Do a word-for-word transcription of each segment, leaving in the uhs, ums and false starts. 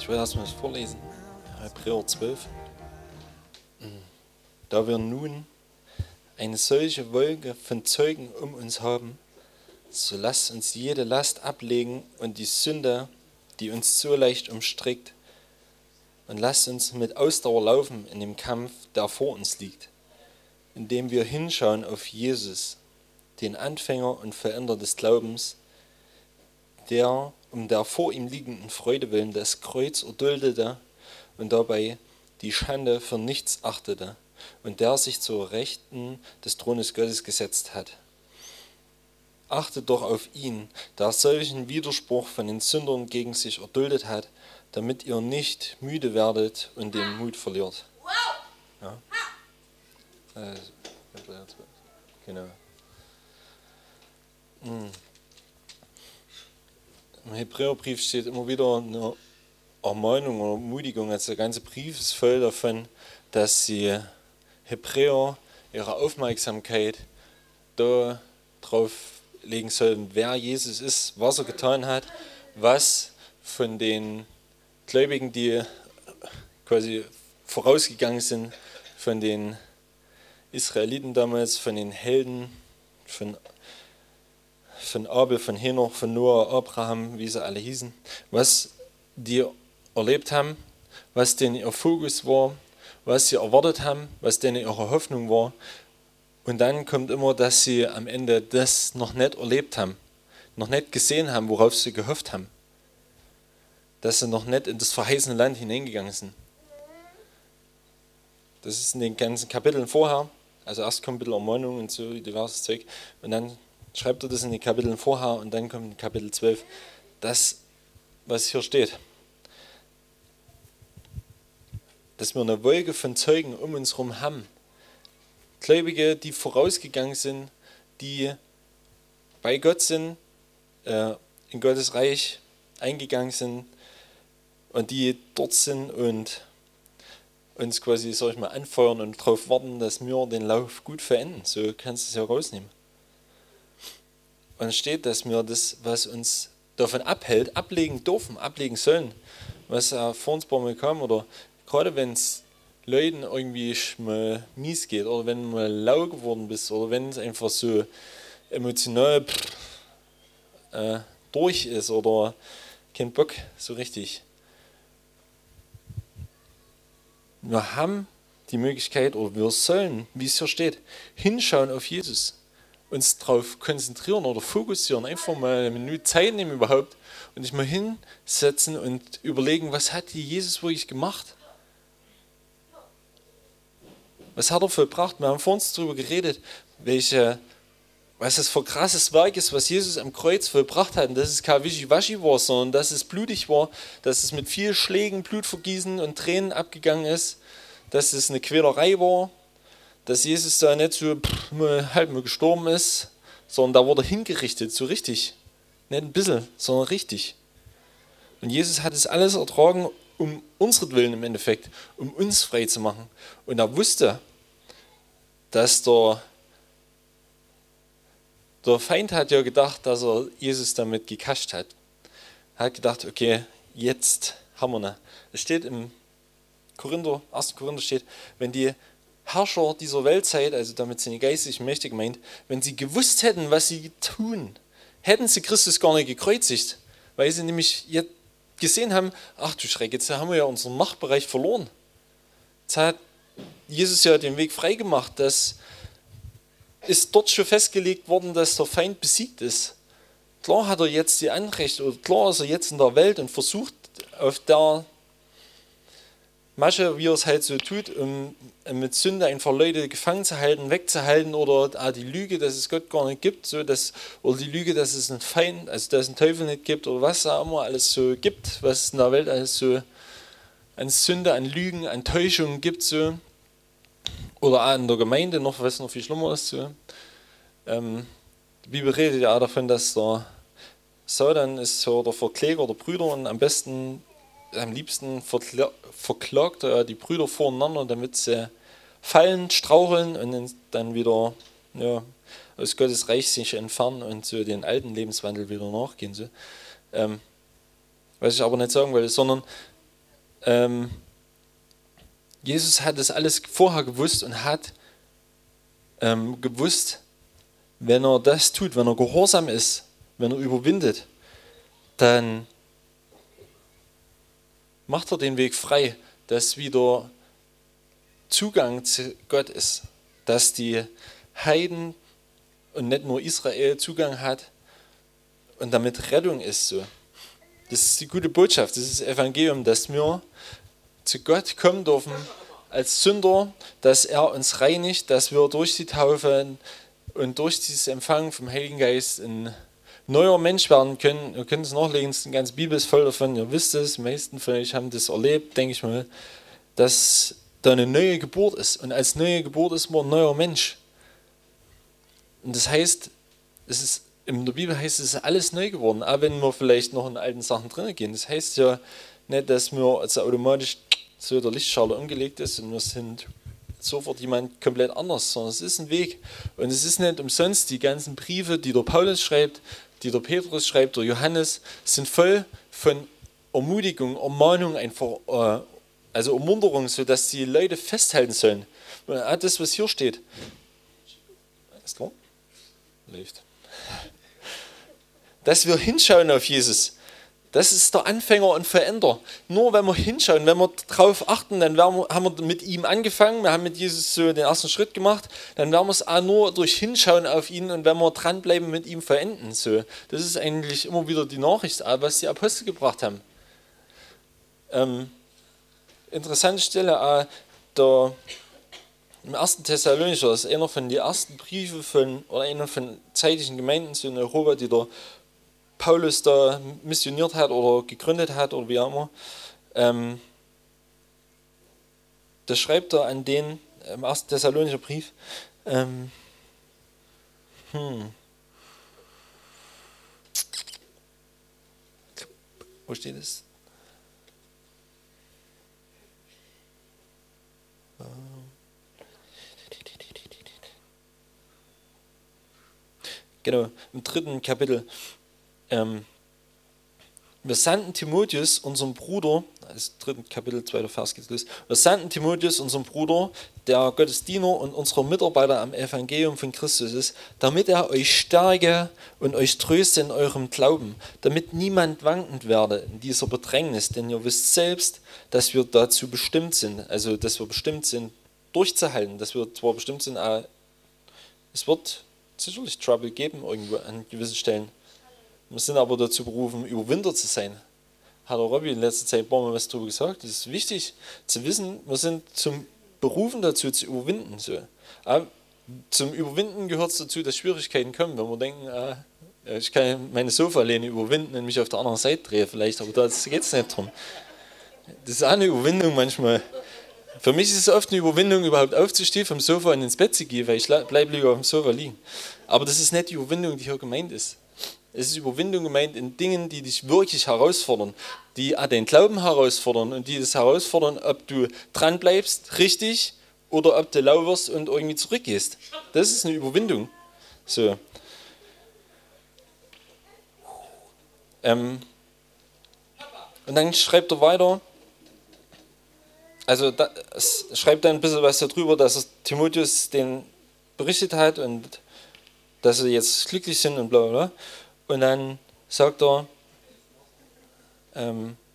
Ich will erstmal das vorlesen. Hebräer zwölf. Da wir nun eine solche Wolke von Zeugen um uns haben, so lasst uns jede Last ablegen und die Sünde, die uns so leicht umstrickt, und lasst uns mit Ausdauer laufen in dem Kampf, der vor uns liegt, indem wir hinschauen auf Jesus, den Anfänger und Vollender des Glaubens, der um der vor ihm liegenden Freude willen das Kreuz erduldete und dabei die Schande für nichts achtete und der sich zur Rechten des Thrones Gottes gesetzt hat. Achtet doch auf ihn, der solchen Widerspruch von den Sündern gegen sich erduldet hat, damit ihr nicht müde werdet und den Mut verliert. Ja. Also, genau. Im Hebräerbrief steht immer wieder eine Ermahnung oder Ermutigung. Also der ganze Brief ist voll davon, dass die Hebräer ihre Aufmerksamkeit darauf legen sollen, wer Jesus ist, was er getan hat, was von den Gläubigen, die quasi vorausgegangen sind, von den Israeliten damals, von den Helden, von, von Abel, von Henoch, von Noah, Abraham, wie sie alle hießen, was die erlebt haben, was denen ihr Fokus war, was sie erwartet haben, was denen ihre Hoffnung war. Und dann kommt immer, dass sie am Ende das noch nicht erlebt haben, noch nicht gesehen haben, worauf sie gehofft haben. Dass sie noch nicht in das verheißene Land hineingegangen sind. Das ist in den ganzen Kapiteln vorher, also erst kommt ein bisschen Ermahnung und so diverses Zeug, und dann schreibt er das in den Kapiteln vorher und dann kommt in Kapitel zwölf das, was hier steht. Dass wir eine Wolke von Zeugen um uns herum haben. Gläubige, die vorausgegangen sind, die bei Gott sind, äh, in Gottes Reich eingegangen sind und die dort sind und uns quasi, sag ich mal, anfeuern und darauf warten, dass wir den Lauf gut verenden. So kannst du es ja rausnehmen. Und es steht, dass wir das, was uns davon abhält, ablegen dürfen, ablegen sollen. Was ja vor uns ein paar Mal kam, oder gerade wenn es Leuten irgendwie mal mies geht, oder wenn du mal lau geworden bist, oder wenn es einfach so emotional pff, äh, durch ist, oder kein Bock so richtig. Wir haben die Möglichkeit, oder wir sollen, wie es hier steht, hinschauen auf Jesus, uns darauf konzentrieren oder fokussieren, einfach mal eine Minute Zeit nehmen überhaupt und dich mal hinsetzen und überlegen, was hat Jesus wirklich gemacht? Was hat er vollbracht? Wir haben vor uns darüber geredet, welche, was das für ein krasses Werk ist, was Jesus am Kreuz vollbracht hat. Und dass es kein Wischiwaschi war, sondern dass es blutig war, dass es mit vielen Schlägen, Blutvergießen und Tränen abgegangen ist, dass es eine Quälerei war, dass Jesus da nicht so pff, mal, halb mal gestorben ist, sondern da wurde hingerichtet, so richtig. Nicht ein bisschen, sondern richtig. Und Jesus hat es alles ertragen, um unseren im Endeffekt, um uns frei zu machen. Und er wusste, dass der, der Feind hat ja gedacht, dass er Jesus damit gekascht hat. Er hat gedacht, okay, jetzt haben wir ihn. Es steht im Korinther, ersten Korinther steht, wenn die Herrscher dieser Weltzeit, also damit sind die geistig mächtig gemeint, wenn sie gewusst hätten, was sie tun, hätten sie Christus gar nicht gekreuzigt, weil sie nämlich jetzt gesehen haben, ach du Schreck, jetzt haben wir ja unseren Machtbereich verloren. Jetzt hat Jesus ja den Weg freigemacht, das ist dort schon festgelegt worden, dass der Feind besiegt ist. Klar hat er jetzt die Anrecht, oder klar ist er jetzt in der Welt und versucht auf der Masche, wie er es halt so tut, um mit Sünde einfach Leute gefangen zu halten, wegzuhalten, oder auch die Lüge, dass es Gott gar nicht gibt, so dass, oder die Lüge, dass es einen Feind, also dass es einen Teufel nicht gibt, oder was da immer alles so gibt, was es in der Welt alles so an Sünde, an Lügen, an Täuschungen gibt, so. Oder auch in der Gemeinde noch, was noch viel schlimmer ist. So. Ähm, die Bibel redet ja auch davon, dass der Satan ist so der Verkläger der Brüder und am besten am liebsten verkla- verklagt er die Brüder voreinander, damit sie fallen, straucheln und dann wieder ja, aus Gottes Reich sich entfernen und so den alten Lebenswandel wieder nachgehen. So. Ähm, was ich aber nicht sagen wollte, sondern ähm, Jesus hat das alles vorher gewusst und hat ähm, gewusst, wenn er das tut, wenn er gehorsam ist, wenn er überwindet, dann macht er den Weg frei, dass wieder Zugang zu Gott ist, dass die Heiden und nicht nur Israel Zugang hat und damit Rettung ist. So. Das ist die gute Botschaft, das ist das Evangelium, dass wir zu Gott kommen dürfen als Sünder, dass er uns reinigt, dass wir durch die Taufe und durch dieses Empfangen vom Heiligen Geist ein neuer Mensch werden können. Ihr könnt es nachlesen, die ganze Bibel ist voll davon, ihr wisst es, die meisten von euch haben das erlebt, denke ich mal, dass da eine neue Geburt ist. Und als neue Geburt ist man ein neuer Mensch. Und das heißt, es ist, in der Bibel heißt es, ist alles neu geworden, auch wenn wir vielleicht noch in alten Sachen drin gehen. Das heißt ja nicht, dass wir also automatisch so der Lichtschale umgelegt ist und wir sind sofort jemand komplett anders, sondern es ist ein Weg. Und es ist nicht umsonst, die ganzen Briefe, die der Paulus schreibt, die der Petrus schreibt, der Johannes, sind voll von Ermutigung, Ermahnung, einfach, äh, also Ermunterung, sodass die Leute festhalten sollen. Und das, was hier steht, ist klar? Läuft. Dass wir hinschauen auf Jesus. Das ist der Anfänger und Veränder. Nur wenn wir hinschauen, wenn wir darauf achten, dann wir, haben wir mit ihm angefangen, wir haben mit Jesus so den ersten Schritt gemacht, dann werden wir es auch nur durch Hinschauen auf ihn und wenn wir dranbleiben, mit ihm verenden. So. Das ist eigentlich immer wieder die Nachricht, was die Apostel gebracht haben. Ähm, interessante Stelle, äh, der, im ersten Thessalonicher, das ist einer von den ersten Briefen von, oder einer von zeitlichen Gemeinden so in Europa, die der Paulus da missioniert hat oder gegründet hat oder wie auch immer, ähm, da schreibt er an den, im ersten Thessalonicher Brief, ähm, hm, wo steht es? Genau, im dritten Kapitel. Ähm, wir sandten Timotheus, unserem Bruder, das dritte Kapitel, zweiter Vers geht's los. Wir sandten Timotheus, unserem Bruder, der Gottes Diener und unserer Mitarbeiter am Evangelium von Christus ist, damit er euch stärke und euch tröste in eurem Glauben, damit niemand wankend werde in dieser Bedrängnis, denn ihr wisst selbst, dass wir dazu bestimmt sind, also dass wir bestimmt sind, durchzuhalten, dass wir zwar bestimmt sind, aber es wird sicherlich Trouble geben irgendwo an gewissen Stellen. Wir sind aber dazu berufen, Überwinder zu sein. Hat der Robby in letzter Zeit ein paar Mal was darüber gesagt. Es ist wichtig zu wissen, wir sind zum Berufen dazu, zu überwinden. So. Aber zum Überwinden gehört es dazu, dass Schwierigkeiten kommen. Wenn wir denken, ah, ich kann meine Sofalehne überwinden und mich auf der anderen Seite drehen vielleicht, aber da geht es nicht drum. Das ist auch eine Überwindung manchmal. Für mich ist es oft eine Überwindung, überhaupt aufzustehen, vom Sofa und ins Bett zu gehen, weil ich bleibe lieber auf dem Sofa liegen. Aber das ist nicht die Überwindung, die hier gemeint ist. Es ist Überwindung gemeint in Dingen, die dich wirklich herausfordern, die den Glauben herausfordern und die das herausfordern, ob du dran bleibst, richtig, oder ob du lau wirst und irgendwie zurückgehst. Das ist eine Überwindung. So. Ähm. Und dann schreibt er weiter, also da, es schreibt dann ein bisschen was darüber, dass er Timotheus den berichtet hat und dass sie jetzt glücklich sind und bla bla bla. Und dann sagt er, ähm,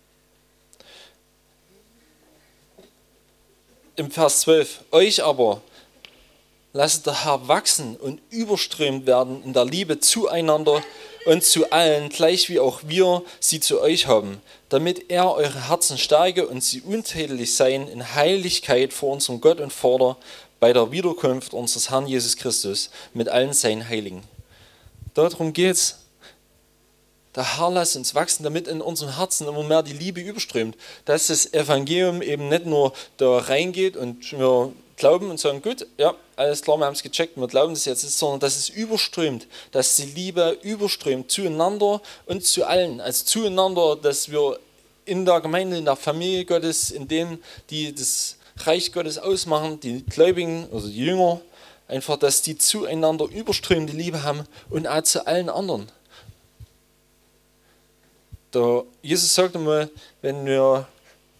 im Vers zwölf, euch aber lasst der Herr wachsen und überströmt werden in der Liebe zueinander und zu allen, gleich wie auch wir sie zu euch haben, damit er eure Herzen stärke und sie untadelig seien in Heiligkeit vor unserem Gott und Vater bei der Wiederkunft unseres Herrn Jesus Christus mit allen seinen Heiligen. Darum geht's. Der Herr lässt uns wachsen, damit in unseren Herzen immer mehr die Liebe überströmt. Dass das Evangelium eben nicht nur da reingeht und wir glauben und sagen, gut, ja, alles klar, wir haben es gecheckt, wir glauben das jetzt, sondern dass es überströmt, dass die Liebe überströmt zueinander und zu allen. Also zueinander, dass wir in der Gemeinde, in der Familie Gottes, in denen, die das Reich Gottes ausmachen, die Gläubigen, also die Jünger, einfach, dass die zueinander überströmende Liebe haben und auch zu allen anderen. Der Jesus sagt einmal, wenn wir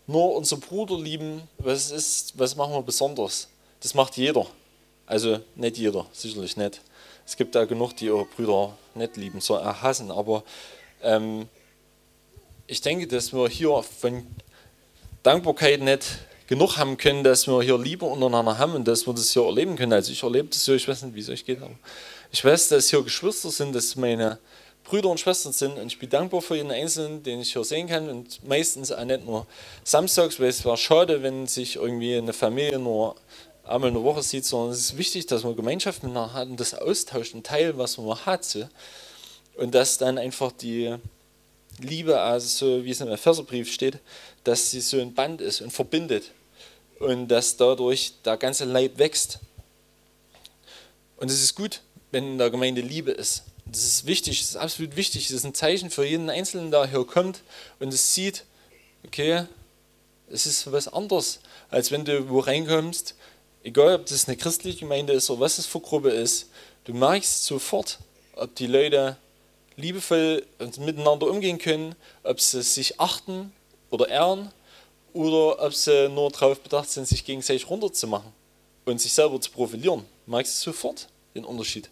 nur unsere Bruder lieben, was ist, was machen wir besonders? Das macht jeder. Also nicht jeder, sicherlich nicht. Es gibt da genug, die ihre Brüder nicht lieben, sondern hassen. Aber ähm, ich denke, dass wir hier von Dankbarkeit nicht genug haben können, dass wir hier Liebe untereinander haben und dass wir das hier erleben können. Also ich erlebe das so, ich weiß nicht, wie es euch geht, aber ich weiß, dass hier Geschwister sind, dass meine Brüder und Schwestern sind und ich bin dankbar für jeden Einzelnen, den ich hier sehen kann und meistens auch nicht nur samstags, weil es wäre schade, wenn sich irgendwie eine Familie nur einmal in der Woche sieht, sondern es ist wichtig, dass man Gemeinschaft miteinander hat und das austauscht und teilt, was man hat. So. Und dass dann einfach die Liebe, also so wie es im Epheserbrief steht, dass sie so ein Band ist und verbindet und dass dadurch der ganze Leib wächst. Und es ist gut, wenn in der Gemeinde Liebe ist. Das ist wichtig, das ist absolut wichtig. Das ist ein Zeichen für jeden Einzelnen, der hier kommt und es sieht, okay, es ist was anderes, als wenn du wo reinkommst, egal ob das eine christliche Gemeinde ist oder was es für Gruppe ist, du merkst sofort, ob die Leute liebevoll miteinander umgehen können, ob sie sich achten oder ehren oder ob sie nur darauf bedacht sind, sich gegenseitig runterzumachen und sich selber zu profilieren. Merkst du sofort den Unterschied.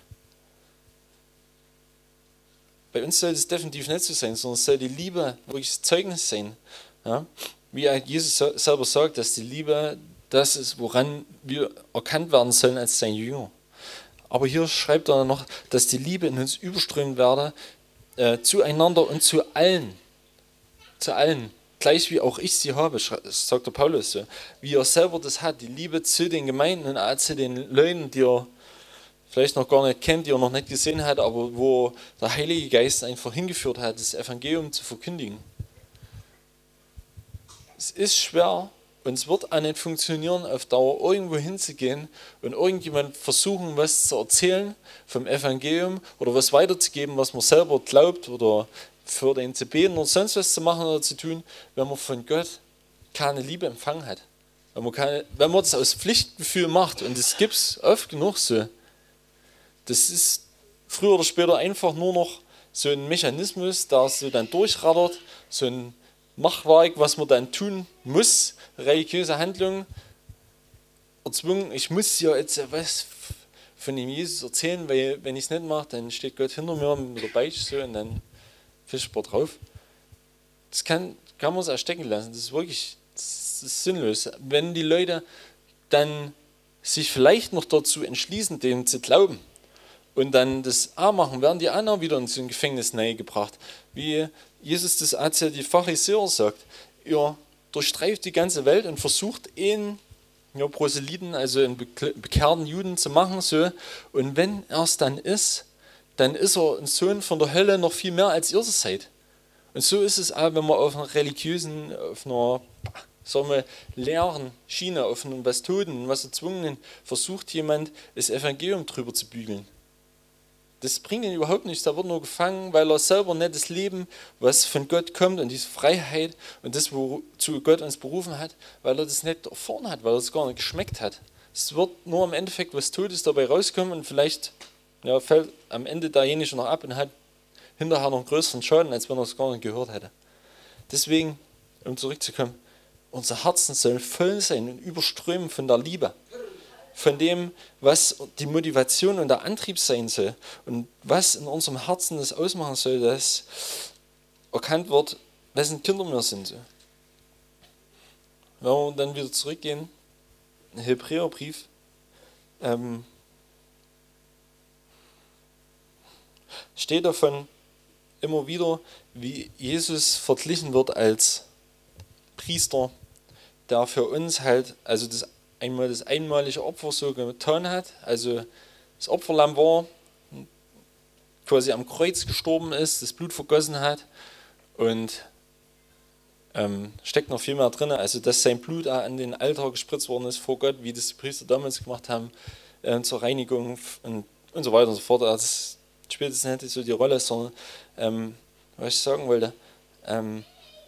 Bei uns soll es definitiv nicht so sein, sondern es soll die Liebe wirklich das Zeugnis sein. Ja? Wie Jesus selber sagt, dass die Liebe das ist, woran wir erkannt werden sollen als sein Jünger. Aber hier schreibt er noch, dass die Liebe in uns überströmen werde, äh, zueinander und zu allen. Zu allen. Gleich wie auch ich sie habe, sagt der Paulus so. Wie er selber das hat, die Liebe zu den Gemeinden und auch zu den Leuten, die er vielleicht noch gar nicht kennt, die er noch nicht gesehen hat, aber wo der Heilige Geist einfach hingeführt hat, das Evangelium zu verkündigen. Es ist schwer und es wird auch nicht funktionieren, auf Dauer irgendwo hinzugehen und irgendjemand versuchen, was zu erzählen vom Evangelium oder was weiterzugeben, was man selber glaubt oder für den zu beten oder sonst was zu machen oder zu tun, wenn man von Gott keine Liebe empfangen hat. Wenn man, keine, wenn man das aus Pflichtgefühl macht, und das gibt es oft genug so, das ist früher oder später einfach nur noch so ein Mechanismus, der so dann durchrattert, so ein Machwerk, was man dann tun muss, religiöse Handlungen, erzwungen, ich muss ja jetzt was von dem Jesus erzählen, weil wenn ich es nicht mache, dann steht Gott hinter mir mit der Beichte so und dann fischt man drauf. Das kann, kann man es erstecken lassen, das ist wirklich das ist sinnlos. Wenn die Leute dann sich vielleicht noch dazu entschließen, dem zu glauben, und dann das auch machen, werden die anderen wieder in so ein Gefängnis gebracht. Wie Jesus das auch zu die Pharisäer sagt, ihr durchstreift die ganze Welt und versucht einen ja, Proselyten, also einen bekehrten Juden zu machen. So. Und wenn er es dann ist, dann ist er ein Sohn von der Hölle noch viel mehr, als ihr es seid. Und so ist es auch, wenn man auf einer religiösen, auf einer sagen wir, leeren Schiene, auf einem was Toten, was Erzwungenen, versucht jemand, das Evangelium drüber zu bügeln. Das bringt ihn überhaupt nichts, da wird nur gefangen, weil er selber nicht das Leben, was von Gott kommt und diese Freiheit und das, wozu Gott uns berufen hat, weil er das nicht erfahren hat, weil er es gar nicht geschmeckt hat. Es wird nur im Endeffekt was Totes dabei rauskommen und vielleicht ja, fällt am Ende derjenige noch ab und hat hinterher noch einen größeren Schaden, als wenn er es gar nicht gehört hätte. Deswegen, um zurückzukommen, unser Herzen sollen voll sein und überströmen von der Liebe. Von dem, was die Motivation und der Antrieb sein soll und was in unserem Herzen das ausmachen soll, dass erkannt wird, wessen Kinder wir sind. Wenn wir dann wieder zurückgehen, in den Hebräerbrief, ähm, steht davon immer wieder, wie Jesus verglichen wird als Priester, der für uns halt, also das einmal das einmalige Opfer so getan hat, also das Opferlamm war, quasi am Kreuz gestorben ist, das Blut vergossen hat und ähm, steckt noch viel mehr drin, also dass sein Blut auch an den Altar gespritzt worden ist vor Gott, wie das die Priester damals gemacht haben, äh, zur Reinigung und, und so weiter und so fort. Also das spielt jetzt nicht so die Rolle, sondern ähm, was ich sagen wollte, ähm,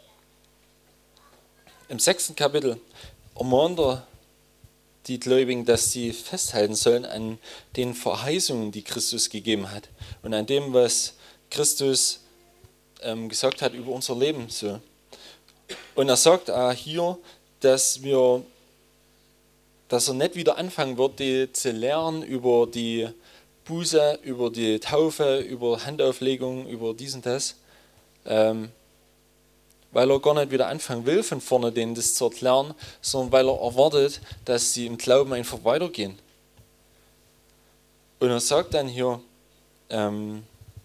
im sechsten Kapitel ermahnt er die Gläubigen, dass sie festhalten sollen an den Verheißungen, die Christus gegeben hat und an dem, was Christus ähm, gesagt hat über unser Leben. So. Und er sagt auch hier, dass wir, dass er nicht wieder anfangen wird, die zu lernen über die Buße, über die Taufe, über Handauflegung, über dies und das, ähm, weil er gar nicht wieder anfangen will, von vorne denen das zu erklären, sondern weil er erwartet, dass sie im Glauben einfach weitergehen. Und er sagt dann hier, ähm,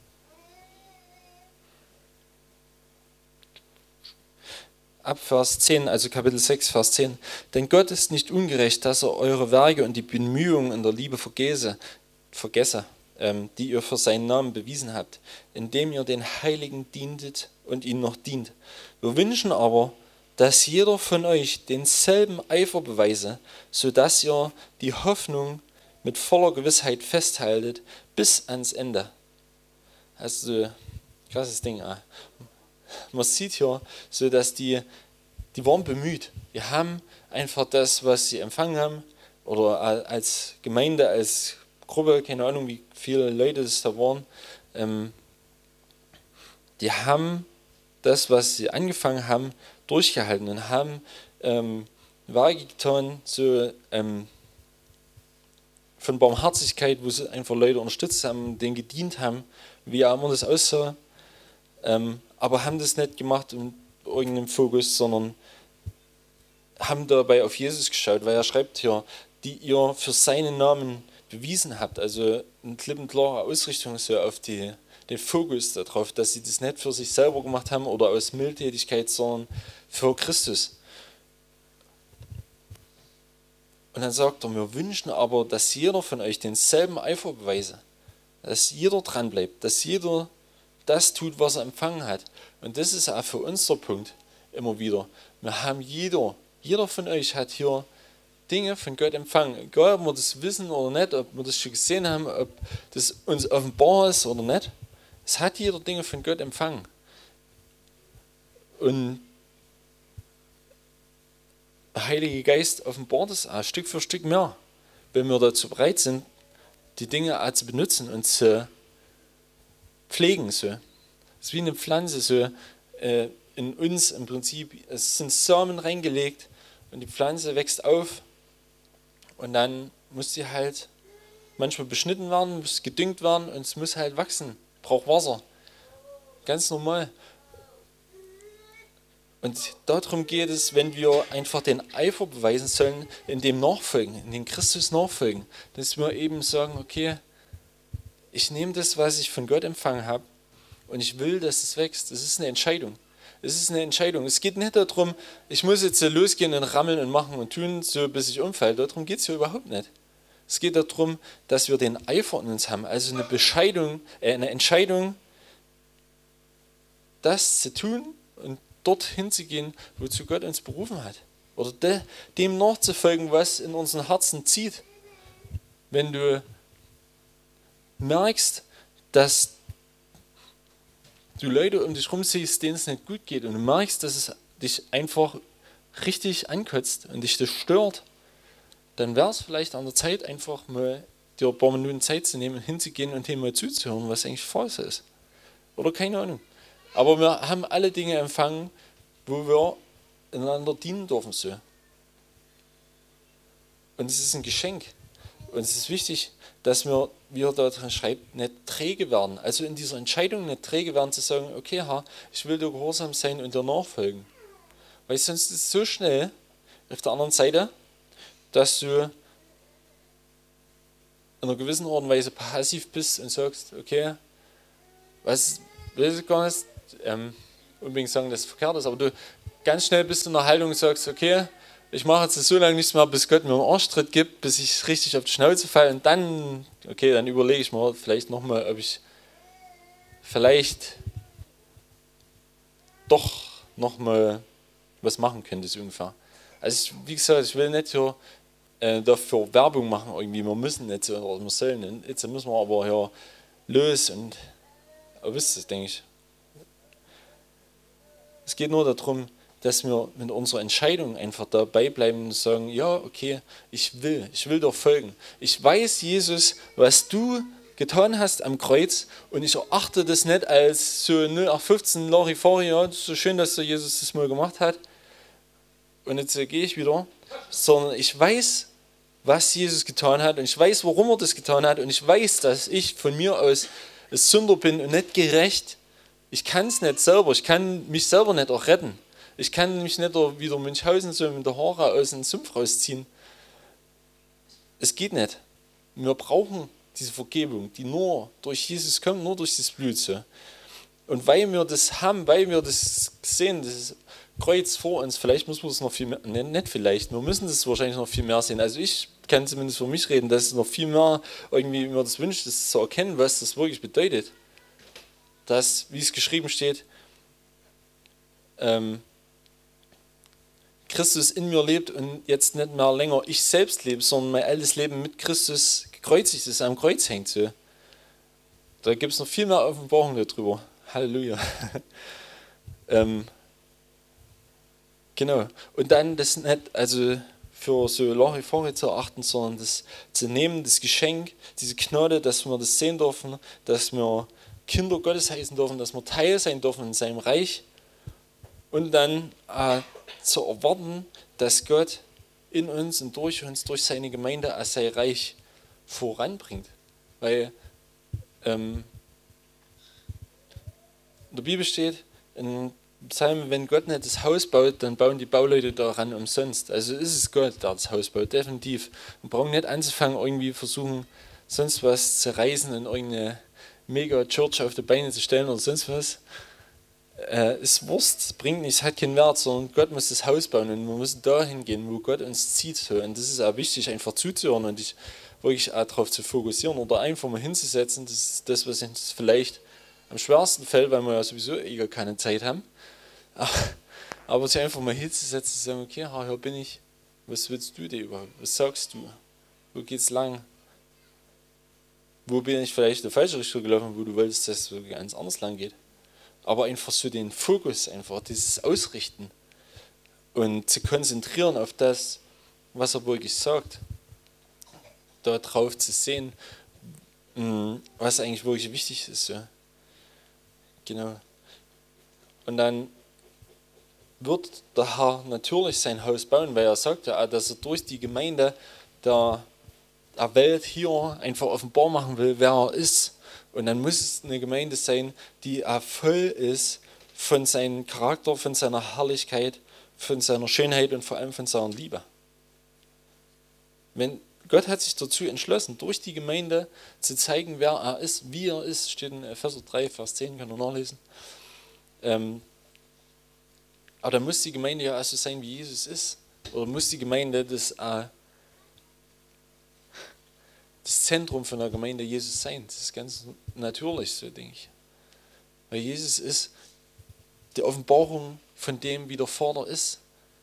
ab Vers zehn, also Kapitel sechs, Vers zehn, denn Gott ist nicht ungerecht, dass er eure Werke und die Bemühungen in der Liebe vergesse, vergesse, ähm, die ihr für seinen Namen bewiesen habt, indem ihr den Heiligen dientet und ihnen noch dient. Wir wünschen aber, dass jeder von euch denselben Eifer beweise, sodass ihr die Hoffnung mit voller Gewissheit festhaltet bis ans Ende. Also, krasses Ding. Ah. Man sieht hier, so dass die, die waren bemüht. Die haben einfach das, was sie empfangen haben, oder als Gemeinde, als Gruppe, keine Ahnung, wie viele Leute es da waren, ähm, die haben das, was sie angefangen haben, durchgehalten und haben ähm, Werke getan, so ähm, von Barmherzigkeit, wo sie einfach Leute unterstützt haben, denen gedient haben, wie auch immer das aussah, ähm, aber haben das nicht gemacht mit irgendeinem Fokus, sondern haben dabei auf Jesus geschaut, weil er schreibt hier, die ihr für seinen Namen bewiesen habt, also eine klipp und klare Ausrichtung so auf die, den Fokus darauf, dass sie das nicht für sich selber gemacht haben oder aus Mildtätigkeit, sondern für Christus. Und dann sagt er, wir wünschen aber, dass jeder von euch denselben Eifer beweise, dass jeder dran bleibt, dass jeder das tut, was er empfangen hat. Und das ist auch für uns der Punkt immer wieder. Wir haben jeder, jeder von euch hat hier Dinge von Gott empfangen. Egal, ob wir das wissen oder nicht, ob wir das schon gesehen haben, ob das uns offenbar ist oder nicht. Es hat jeder Dinge von Gott empfangen. Und der Heilige Geist offenbart es auch Stück für Stück mehr, wenn wir dazu bereit sind, die Dinge auch zu benutzen und zu pflegen. So. Es ist wie eine Pflanze, so äh, in uns im Prinzip. Es sind Samen reingelegt und die Pflanze wächst auf und dann muss sie halt manchmal beschnitten werden, muss gedüngt werden und es muss halt wachsen. Braucht Wasser. Ganz normal. Und darum geht es, wenn wir einfach den Eifer beweisen sollen, in dem Nachfolgen, in dem Christus nachfolgen, dass wir eben sagen, okay, ich nehme das, was ich von Gott empfangen habe und ich will, dass es wächst. Das ist eine Entscheidung. Es ist eine Entscheidung. Es geht nicht darum, ich muss jetzt losgehen und rammeln und machen und tun, so bis ich umfalle. Darum geht es hier überhaupt nicht. Es geht darum, dass wir den Eifer in uns haben, also eine Bescheidung, äh, eine Entscheidung, das zu tun und dorthin zu gehen, wozu Gott uns berufen hat. Oder de, dem nachzufolgen, was in unseren Herzen zieht. Wenn du merkst, dass du Leute um dich herum siehst, denen es nicht gut geht und du merkst, dass es dich einfach richtig ankotzt und dich das stört, dann wäre es vielleicht an der Zeit, einfach mal dir ein paar Minuten Zeit zu nehmen, hinzugehen und dem mal zuzuhören, was eigentlich Phase ist. Oder keine Ahnung. Aber wir haben alle Dinge empfangen, wo wir einander dienen dürfen. So. Und es ist ein Geschenk. Und es ist wichtig, dass wir, wie er da drin schreibt, nicht träge werden. Also in dieser Entscheidung nicht träge werden, zu sagen, okay, Herr, ich will dir gehorsam sein und dir nachfolgen. Weil sonst ist es so schnell auf der anderen Seite, dass du in einer gewissen Art und Weise passiv bist und sagst, okay, was will ich gar nicht ähm, unbedingt sagen, dass es verkehrt ist, aber du ganz schnell bist in der Haltung und sagst, okay, ich mache jetzt so lange nichts mehr, bis Gott mir einen Arschtritt gibt, bis ich richtig auf die Schnauze falle und dann, okay, dann überlege ich mir vielleicht nochmal, ob ich vielleicht doch nochmal was machen könnte, so ungefähr. Also ich, wie gesagt, ich will nicht hier äh, dafür Werbung machen, irgendwie, wir müssen nicht so, oder wir sollen, jetzt müssen wir aber hier los und ihr wisst es, denke ich. Es geht nur darum, dass wir mit unserer Entscheidung einfach dabei bleiben und sagen, ja, okay, ich will, ich will dir folgen. Ich weiß, Jesus, was du getan hast am Kreuz und ich erachte das nicht als so null acht fünfzehn Larifari, ja, so schön, dass der Jesus das mal gemacht hat und jetzt äh, gehe ich wieder, sondern ich weiß, was Jesus getan hat und ich weiß, warum er das getan hat und ich weiß, dass ich von mir aus ein Sünder bin und nicht gerecht. Ich kann es nicht selber, ich kann mich selber nicht auch retten. Ich kann mich nicht wieder Münchhausen so mit der Haare aus dem Sumpf rausziehen. Es geht nicht. Wir brauchen diese Vergebung, die nur durch Jesus kommt, nur durch das Blut. So. Und weil wir das haben, weil wir das sehen, das Kreuz vor uns, vielleicht müssen wir es noch viel mehr, ne, nicht vielleicht, wir müssen das wahrscheinlich noch viel mehr sehen. Also ich kann zumindest für mich reden, dass es noch viel mehr irgendwie mir das wünscht, das zu erkennen, was das wirklich bedeutet. Dass, wie es geschrieben steht, ähm, Christus in mir lebt und jetzt nicht mehr länger ich selbst lebe, sondern mein altes Leben mit Christus gekreuzigt ist, am Kreuz hängt. So. Da gibt es noch viel mehr Offenbarung darüber. Halleluja. ähm, genau. Und dann das nicht, also für so Larifari zu erachten, sondern das zu nehmen, das Geschenk, diese Gnade, dass wir das sehen dürfen, dass wir Kinder Gottes heißen dürfen, dass wir Teil sein dürfen in seinem Reich und dann äh, zu erwarten, dass Gott in uns und durch uns, durch seine Gemeinde als sein Reich voranbringt. Weil ähm, in der Bibel steht, in Psalm, wenn Gott nicht das Haus baut, dann bauen die Bauleute daran umsonst. Also ist es Gott, der das Haus baut, definitiv. Wir brauchen nicht anzufangen, irgendwie versuchen, sonst was zu reißen und irgendeine Mega-Church auf die Beine zu stellen oder sonst was. Äh, ist Wurst, bringt nichts, hat keinen Wert, sondern Gott muss das Haus bauen und wir müssen dahin gehen, wo Gott uns zieht. Und das ist auch wichtig, einfach zuzuhören und dich wirklich auch darauf zu fokussieren oder einfach mal hinzusetzen. Das ist das, was uns vielleicht am schwersten fällt, weil wir ja sowieso eher keine Zeit haben. Aber sich einfach mal hinzusetzen und sagen, okay, hier bin ich, was willst du dir überhaupt, was sagst du, wo geht's lang? Wo bin ich vielleicht in die falsche Richtung gelaufen, wo du wolltest, dass es so ganz anders lang geht? Aber einfach so den Fokus, einfach dieses Ausrichten und zu konzentrieren auf das, was er wirklich sagt. Da drauf zu sehen, was eigentlich wirklich wichtig ist. Ja. Genau. Und dann wird der Herr natürlich sein Haus bauen, weil er sagt ja, dass er durch die Gemeinde der, der Welt hier einfach offenbar machen will, wer er ist. Und dann muss es eine Gemeinde sein, die voll ist von seinem Charakter, von seiner Herrlichkeit, von seiner Schönheit und vor allem von seiner Liebe. Wenn Gott hat sich dazu entschlossen, durch die Gemeinde zu zeigen, wer er ist, wie er ist, steht in Epheser drei, Vers zehn, kann man nachlesen. Ähm, aber dann muss die Gemeinde ja also sein, wie Jesus ist. Oder muss die Gemeinde das, äh, das Zentrum von der Gemeinde Jesus sein. Das ist ganz natürlich so, denke ich. Weil Jesus ist die Offenbarung von dem, wie der Vater ist.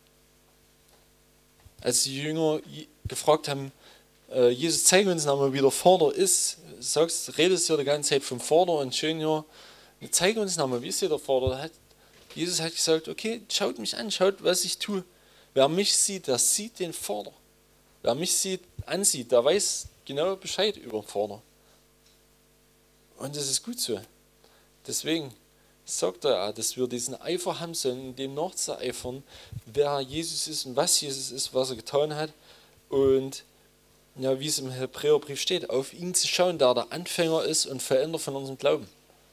Als die Jünger gefragt haben, äh, Jesus, zeig uns nochmal, wie der Vater ist, sagst, redest du ja die ganze Zeit vom Vater und schön, ja, zeig uns nochmal, wie ist hier der Vater? Hat, Jesus hat gesagt, okay, schaut mich an, schaut, was ich tue. Wer mich sieht, der sieht den Vater. Wer mich sieht, ansieht, der weiß genau Bescheid über den Vater. Und das ist gut so. Deswegen sagt er auch, dass wir diesen Eifer haben sollen, dem nachzueifern, wer Jesus ist und was Jesus ist, was er getan hat. Und ja, wie es im Hebräerbrief steht, auf ihn zu schauen, der der Anfänger ist und Veränder von unserem Glauben.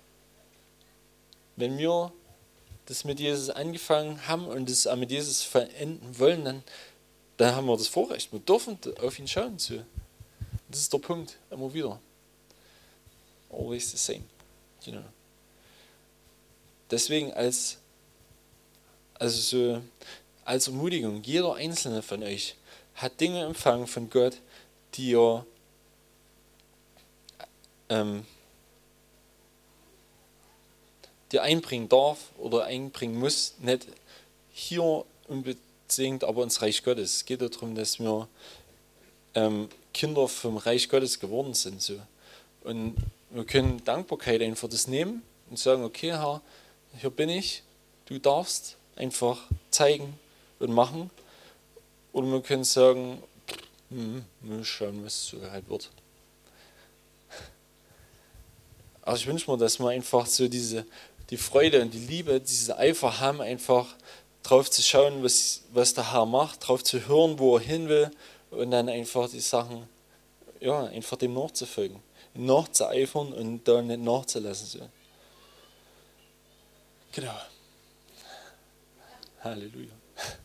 Wenn wir das mit Jesus angefangen haben und das auch mit Jesus verenden wollen, dann, dann haben wir das Vorrecht. Wir dürfen auf ihn schauen. So. Das ist der Punkt, immer wieder. Always the same. You know. Deswegen als, also so, als Ermutigung, jeder einzelne von euch hat Dinge empfangen von Gott, die er ähm, dir einbringen darf oder einbringen muss, nicht hier unbedingt, aber ins Reich Gottes. Es geht darum, dass wir ähm, Kinder vom Reich Gottes geworden sind. So. Und wir können Dankbarkeit einfach das nehmen und sagen, okay, Herr, hier bin ich, du darfst einfach zeigen und machen. Oder wir können sagen, hm, mal schauen, was so halt wird. Also ich wünsche mir, dass wir einfach so diese, die Freude und die Liebe, diese Eifer haben, einfach drauf zu schauen, was, was der Herr macht, drauf zu hören, wo er hin will und dann einfach die Sachen, ja, einfach dem nachzufolgen, nachzueifern und da nicht nachzulassen. So. Genau. Halleluja.